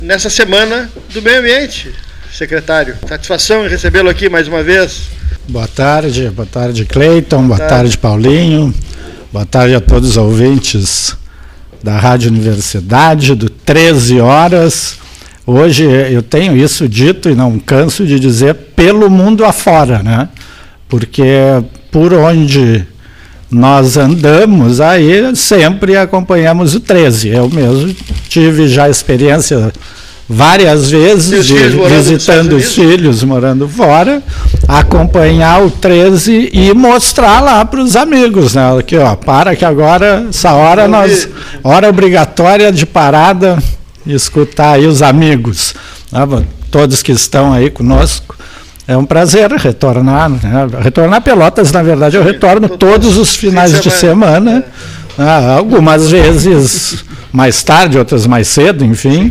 nessa semana do meio ambiente, secretário. Satisfação em recebê-lo aqui mais uma vez. Boa tarde Cleiton, boa tarde Paulinho, boa tarde a todos os ouvintes da Rádio Universidade, do 13 horas. Hoje eu tenho isso dito e não canso de dizer pelo mundo afora, né? Porque por onde nós andamos aí sempre acompanhamos o 13. Eu mesmo tive já experiência várias vezes de visitando os filhos morando fora, acompanhar o 13 e mostrar lá para os amigos, né? Aqui, ó, para que agora, essa hora hora obrigatória de parada, escutar aí os amigos, né? Todos que estão aí conosco. É um prazer retornar, né? Retornar a Pelotas, na verdade, eu retorno todos os finais de semana, algumas vezes mais tarde, outras mais cedo, enfim.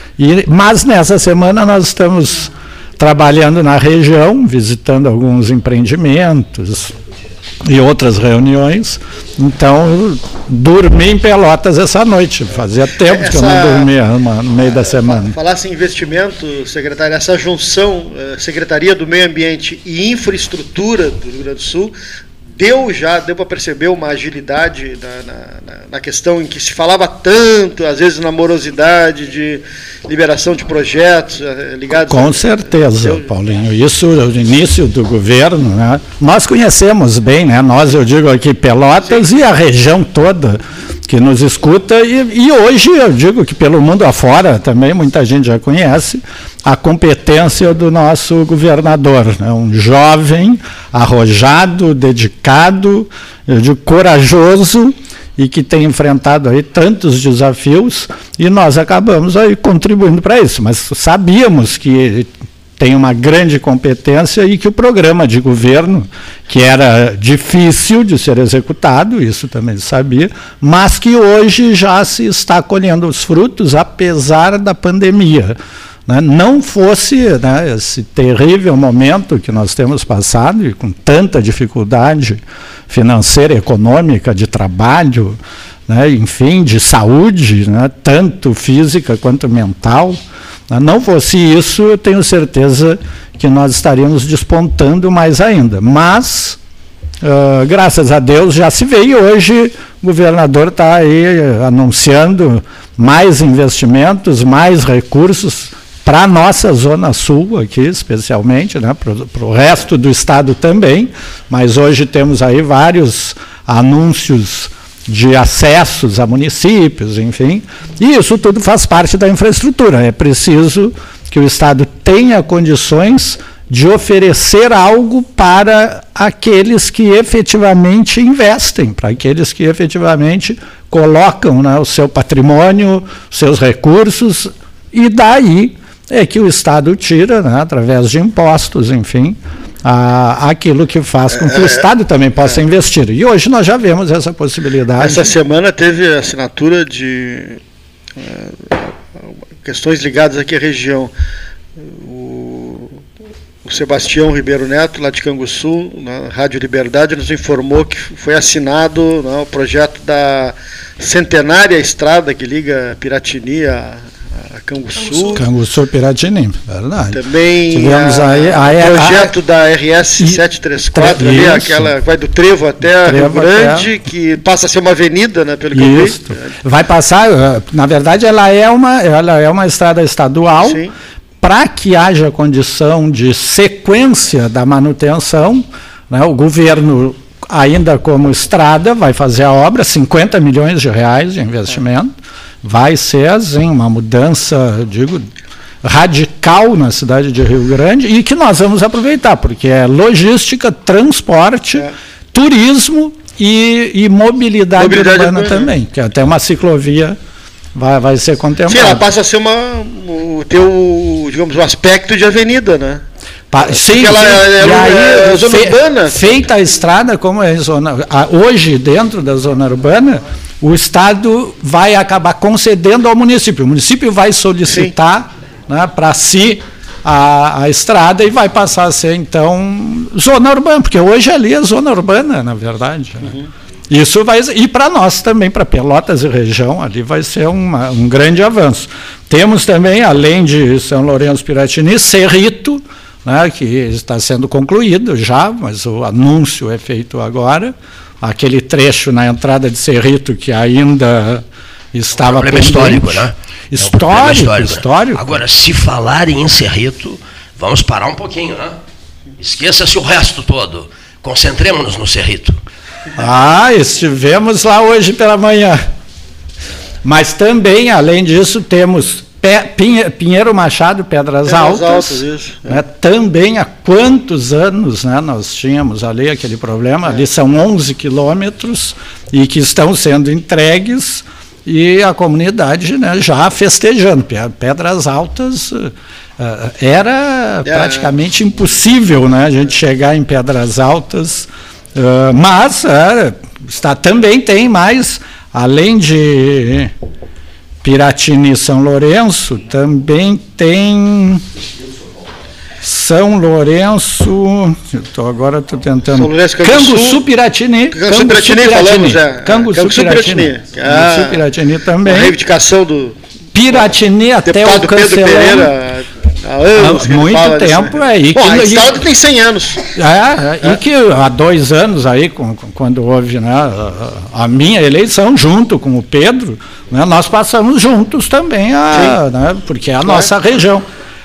Mas nessa semana nós estamos trabalhando na região, visitando alguns empreendimentos e outras reuniões. Então, dormi em Pelotas essa noite. Fazia tempo que eu não dormia no meio da semana. Falasse em investimento, secretário, essa junção Secretaria do Meio Ambiente e Infraestrutura do Rio Grande do Sul deu para perceber uma agilidade na questão em que se falava tanto, às vezes na morosidade de liberação de projetos ligados... Com certeza, Paulinho. Isso, o início do governo, né? Nós conhecemos bem, né? Eu digo aqui Pelotas. Sim. E a região toda que nos escuta, e hoje eu digo que pelo mundo afora também muita gente já conhece a competência do nosso governador, né? Um jovem, arrojado, dedicado, eu digo corajoso, e que tem enfrentado aí tantos desafios, e nós acabamos aí contribuindo para isso, mas sabíamos que tem uma grande competência e que o programa de governo, que era difícil de ser executado, isso também se sabia, mas que hoje já se está colhendo os frutos, apesar da pandemia. Não fosse, né, esse terrível momento que nós temos passado, e com tanta dificuldade financeira, econômica, de trabalho, né, enfim, de saúde, né, tanto física quanto mental, não fosse isso, eu tenho certeza que nós estaríamos despontando mais ainda. Mas, graças a Deus, já se vê, e hoje o governador está aí anunciando mais investimentos, mais recursos para a nossa Zona Sul aqui, especialmente, né, para o resto do estado também, mas hoje temos aí vários anúncios de acessos a municípios, enfim, e isso tudo faz parte da infraestrutura. É preciso que o estado tenha condições de oferecer algo para aqueles que efetivamente investem, para aqueles que efetivamente colocam, né, o seu patrimônio, seus recursos, e daí é que o Estado tira, né, através de impostos, enfim, aquilo que faz com que o Estado também possa investir. E hoje nós já vemos essa possibilidade. Essa semana teve a assinatura de questões ligadas aqui à região. O Sebastião Ribeiro Neto, lá de Canguçu, na Rádio Liberdade, nos informou que foi assinado, né, o projeto da centenária estrada que liga Piratini a Canguçu. Canguçu-Piratini, verdade. Também tivemos o projeto da RS 734, ali, aquela que vai do Trevo até Rio Grande, que passa a ser uma avenida, né, pelo que eu vi. Vai passar, na verdade, ela é uma estrada estadual. Sim. Para que haja condição de sequência da manutenção, né, o governo, ainda como estrada, vai fazer a obra, 50 milhões de reais de investimento. Vai ser, assim, uma mudança, eu digo, radical na cidade de Rio Grande, e que nós vamos aproveitar, porque é logística, transporte, turismo e mobilidade urbana também, que até uma ciclovia vai ser contemplada. Sim, ela passa a ser digamos, um aspecto de avenida, né? Sim, ela é zona urbana. Feita a estrada, como é hoje, dentro da zona urbana, o Estado vai acabar concedendo ao município. O município vai solicitar, né, para si a estrada, e vai passar a ser, então, zona urbana, porque hoje ali é zona urbana, na verdade. Né? Isso vai, e para nós também, para Pelotas e região, ali vai ser um grande avanço. Temos também, além de São Lourenço Piratini, Cerrito, né, que está sendo concluído já, mas o anúncio é feito agora. Aquele trecho na entrada de Cerrito que ainda estava pendente. Histórico, né? Histórico. Agora, se falarem em Cerrito, vamos parar um pouquinho, né? Esqueça-se o resto todo. Concentremos-nos no Cerrito. Estivemos lá hoje pela manhã. Mas também, além disso, temos Pinheiro Machado, Pedras Altas, isso. Né, também há quantos anos, né, nós tínhamos ali aquele problema, ali são 11 quilômetros e que estão sendo entregues e a comunidade, né, já festejando. Pedras Altas era praticamente impossível, né, a gente chegar em Pedras Altas, mas também tem mais, além de Piratini e São Lourenço, também tem São Lourenço, agora estou tentando, Canguçu Piratini. Canguçu Piratini também. A reivindicação do Piratini até o Cancelão. Pedro Pereira, há anos muito tempo aí. A estrada tem 100 anos. E que há 2 anos aí, quando houve, né, a minha eleição, junto com o Pedro, né, nós passamos juntos também, né, porque é a nossa região.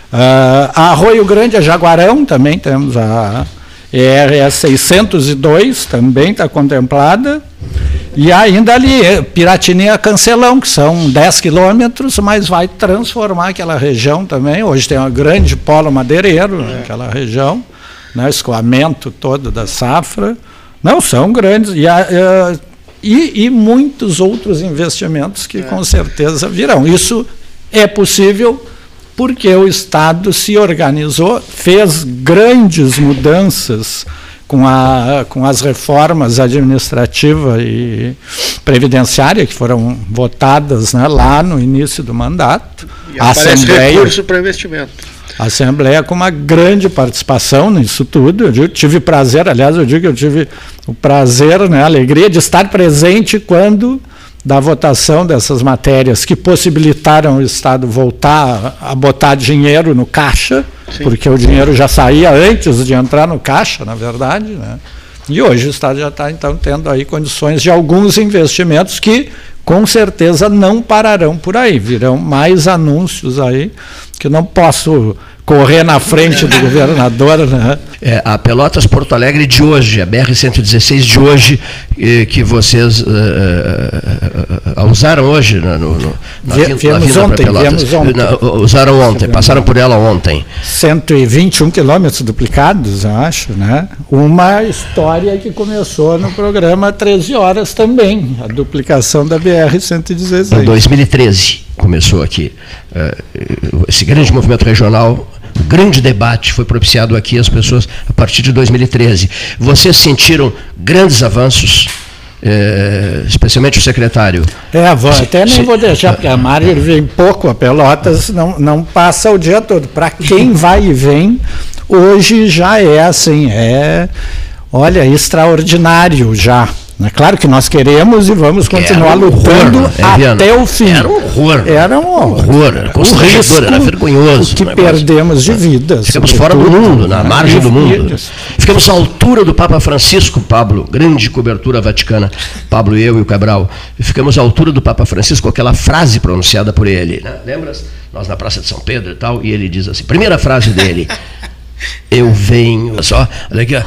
A Arroio Grande, a Jaguarão, também temos a ERS 602, também está contemplada. E ainda ali, Piratini a Cancelão, que são 10 quilômetros, mas vai transformar aquela região também. Hoje tem um grande polo madeireiro naquela região, né, escoamento todo da safra. Não, são grandes. E muitos outros investimentos que com certeza virão. Isso é possível porque o Estado se organizou, fez grandes mudanças com as reformas administrativa e previdenciária que foram votadas, né, lá no início do mandato. E aparece recurso para investimento. A Assembleia com uma grande participação nisso tudo. Eu tive prazer, aliás, eu digo que eu tive o prazer, né, a alegria de estar presente quando da votação dessas matérias que possibilitaram o Estado voltar a botar dinheiro no caixa, porque o dinheiro já saía antes de entrar no caixa, na verdade, né? E hoje o Estado já está, então, tendo aí condições de alguns investimentos que, com certeza, não pararão por aí. Virão mais anúncios aí, que não posso correr na frente do governador, né? A Pelotas Porto Alegre de hoje, a BR-116 de hoje, que vocês usaram hoje na vinda para Pelotas. Usaram ontem, passaram por ela ontem. 121 quilômetros duplicados, eu acho, né? Uma história que começou no programa 13 horas também, a duplicação da BR-116. Em 2013 começou aqui. Esse grande movimento regional, o grande debate foi propiciado aqui às pessoas a partir de 2013. Vocês sentiram grandes avanços, especialmente o secretário? Até nem vou deixar, porque a Marjorie vem pouco a Pelotas, não passa o dia todo. Para quem vai e vem, hoje já é assim, olha, extraordinário já. É claro que nós queremos e vamos continuar lutando até o fim. Era um horror. Era um horror. Era constrangedor, era vergonhoso. O que perdemos de vidas. Ficamos fora do mundo, na margem do mundo. Ficamos à altura do Papa Francisco, Pablo, grande cobertura vaticana, Pablo, eu e o Cabral. Ficamos à altura do Papa Francisco, aquela frase pronunciada por ele, né? Lembras? Nós na Praça de São Pedro e tal, e ele diz assim, primeira frase dele: eu venho, olha só, olha aqui, ó,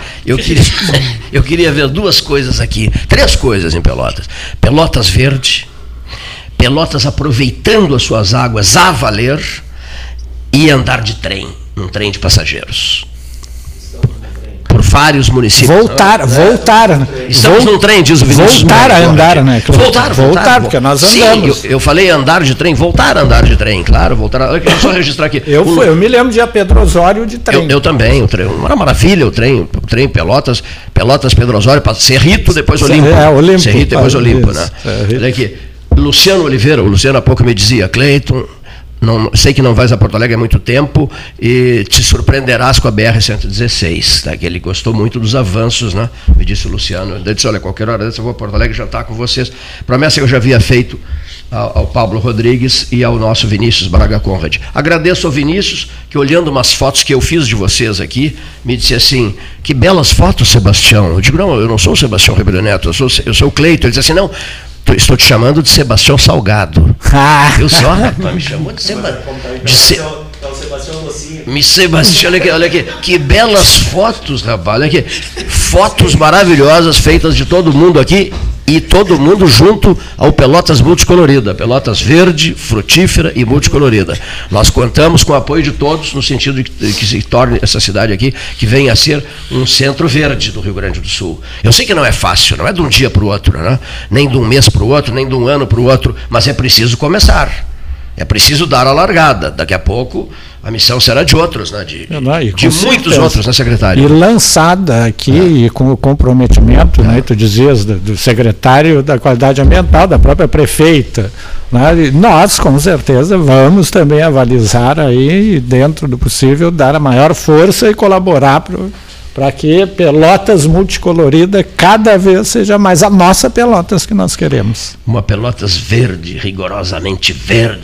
eu queria ver 2 coisas aqui, 3 coisas em Pelotas. Pelotas verde, Pelotas aproveitando as suas águas a valer e andar de trem, um trem de passageiros. Por vários municípios. Voltar. Estamos num trem, diz o Vinícius. Voltar a andar, né? Voltar, porque nós andamos. Sim, eu falei andar de trem, voltar a andar de trem, claro, deixa eu só registrar aqui. Eu me lembro de a Pedro Osório de trem. Eu também, o trem, uma maravilha o trem Pelotas, Pedro Osório, Cerrito, depois Olimpo. Cerrito, depois Olimpo, né? Olha aqui, Luciano Oliveira, o Luciano há pouco me dizia, Cleiton, sei que não vais a Porto Alegre há muito tempo e te surpreenderás com a BR-116, né, que ele gostou muito dos avanços, né? Me disse o Luciano. Ele disse, olha, qualquer hora dessa eu vou a Porto Alegre jantar com vocês. Promessa que eu já havia feito ao Pablo Rodrigues e ao nosso Vinícius Braga Conrad. Agradeço ao Vinícius, que olhando umas fotos que eu fiz de vocês aqui, me disse assim, que belas fotos, Sebastião. Eu digo, não, eu não sou o Sebastião Ribeiro Neto, eu sou o Cleito. Ele disse assim, não, estou te chamando de Sebastião Salgado. Eu só, rapaz, me chamou de Sebastião. Sebastião, olha aqui, que belas fotos, rapaz, olha aqui, fotos maravilhosas feitas de todo mundo aqui e todo mundo junto ao Pelotas Multicolorida, Pelotas verde, frutífera e multicolorida. Nós contamos com o apoio de todos no sentido de que se torne essa cidade aqui, que venha a ser um centro verde do Rio Grande do Sul. Eu sei que não é fácil, não é de um dia para o outro, né? Nem de um mês para o outro, nem de um ano para o outro, mas é preciso começar. É preciso dar a largada. Daqui a pouco a missão será de outros, né? De muitos outros, né, secretário? E lançada aqui, com o comprometimento, né, tu dizias, do secretário da Qualidade Ambiental, da própria prefeita. Né, nós, com certeza, vamos também avalizar aí, dentro do possível, dar a maior força e colaborar para que Pelotas multicolorida cada vez seja mais a nossa Pelotas que nós queremos. Uma Pelotas verde, rigorosamente verde.